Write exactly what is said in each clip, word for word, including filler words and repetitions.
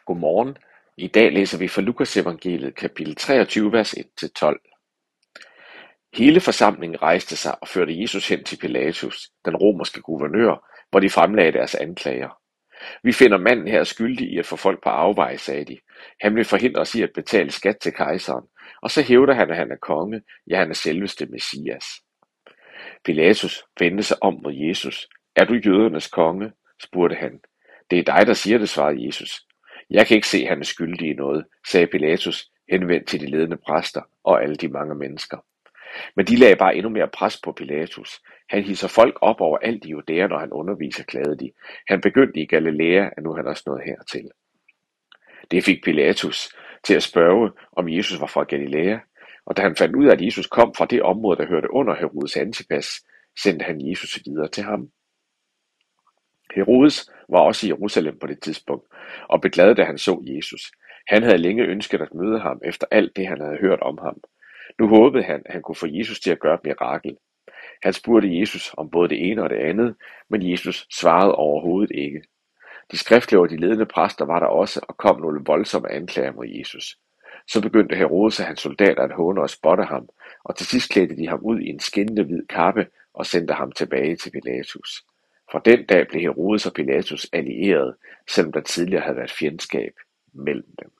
Godmorgen. I dag læser vi fra Lukas evangeliet kapitel treogtyve, vers et til tolv. Hele forsamlingen rejste sig og førte Jesus hen til Pilatus, den romerske guvernør, hvor de fremlagde deres anklager. Vi finder manden her skyldig i at få folk på afveje, sagde de. Han vil forhindre os i at betale skat til kejseren, og så hævder han, at han er konge, ja, han er selveste Messias. Pilatus vendte sig om mod Jesus. Er du jødernes konge? Spurgte han. Det er dig, der siger det, svarede Jesus. Jeg kan ikke se, at han er skyldig i noget, sagde Pilatus, henvendt til de ledende præster og alle de mange mennesker. Men de lagde bare endnu mere pres på Pilatus. Han hisser folk op over alt i Judæa, når han underviser, klagede de. Han begyndte i Galilea, at nu er han også nået hertil. Det fik Pilatus til at spørge, om Jesus var fra Galilea, og da han fandt ud af, at Jesus kom fra det område, der hørte under Herodes Antipas, sendte han Jesus videre til ham. Herodes var også i Jerusalem på det tidspunkt, og blev glad, da han så Jesus. Han havde længe ønsket at møde ham efter alt det, han havde hørt om ham. Nu håbede han, at han kunne få Jesus til at gøre et mirakel. Han spurgte Jesus om både det ene og det andet, men Jesus svarede overhovedet ikke. De skriftkloge og de ledende præster var der også og kom nogle voldsomme anklager mod Jesus. Så begyndte Herodes og hans soldater at håne og spotte ham, og til sidst klædte de ham ud i en skinnende hvid kappe og sendte ham tilbage til Pilatus. Fra den dag blev Herodes og Pilatus allierede, selvom der tidligere havde været fjendskab mellem dem.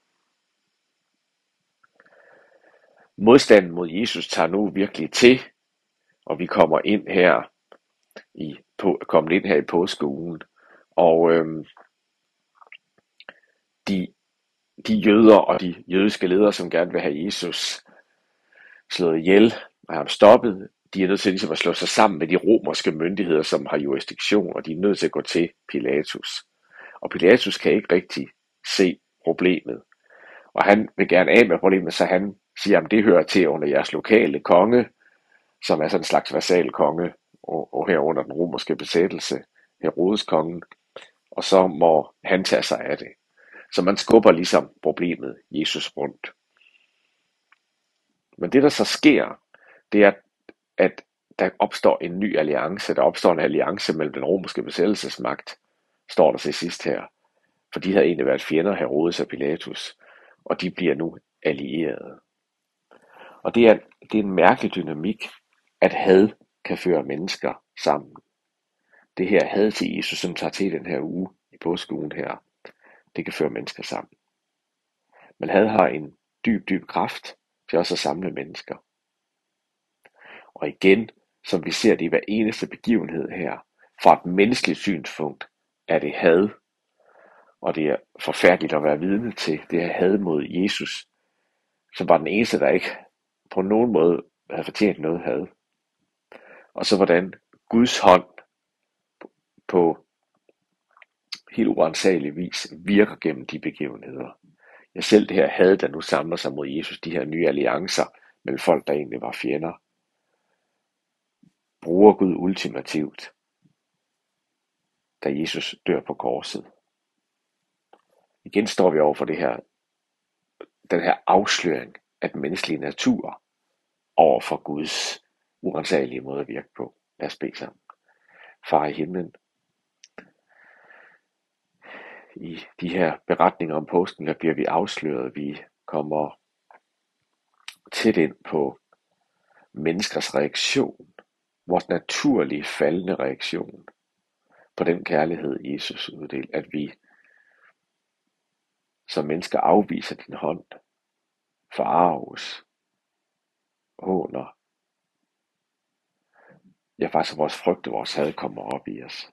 Modstanden mod Jesus tager nu virkelig til, og vi kommer ind her i, på, kommer ind her i påskeugen, og øhm, de, de jøder og de jødiske ledere, som gerne vil have Jesus slået ihjel og ham stoppet, de er nødt til ligesom at slå sig sammen med de romerske myndigheder, som har jurisdiktion, og de er nødt til at gå til Pilatus. Og Pilatus kan ikke rigtig se problemet, og han vil gerne af med problemet, så han siger, at det hører til under jeres lokale konge, som er sådan en slags vasal konge, og, og her under den romerske besættelse, Herodes kongen, og så må han tage sig af det. Så man skubber ligesom problemet Jesus rundt. Men det der så sker, det er, at der opstår en ny alliance, der opstår en alliance mellem den romerske besættelsesmagt, står der til sidst her, for de havde egentlig været fjender, Herodes og Pilatus, og de bliver nu allierede. Og det er, det er en mærkelig dynamik, at had kan føre mennesker sammen. Det her had til Jesus, som tager til den her uge, i påskeugen her, det kan føre mennesker sammen. Men had har en dyb, dyb kraft til også at samle mennesker. Og igen, som vi ser det i hver eneste begivenhed her, fra et menneskeligt synspunkt, er det had, og det er forfærdeligt at være vidne til, det her had mod Jesus, som var den eneste, der ikke på nogen måde havde fortjent noget had. Og så hvordan Guds hånd på helt uansagelig vis virker gennem de begivenheder. Ja, selv det her had, der nu samler sig mod Jesus, de her nye alliancer mellem folk, der egentlig var fjender, bruger Gud ultimativt, da Jesus dør på korset. Igen står vi over for det her, den her afsløring af den menneskelige natur over for Guds uansagelige måde at virke på. Lad os bede sammen. Far i himlen, i de her beretninger om påsken, der bliver vi afsløret. Vi kommer tæt ind på menneskers reaktion, vores naturlige faldende reaktion på den kærlighed, Jesus uddelte, at vi som mennesker afviser din hånd, forarves, håner. Ja, faktisk vores frygt og vores had kommer op i os.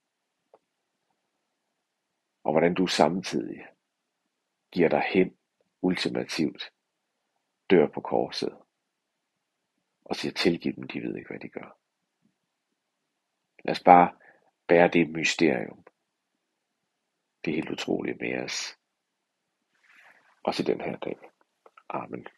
Og hvordan du samtidig giver dig hen ultimativt, dør på korset, og siger tilgiv dem, de ved ikke, hvad de gør. Lad os bare bære det mysterium. Det er helt utroligt med os. Også den her dag. Amen.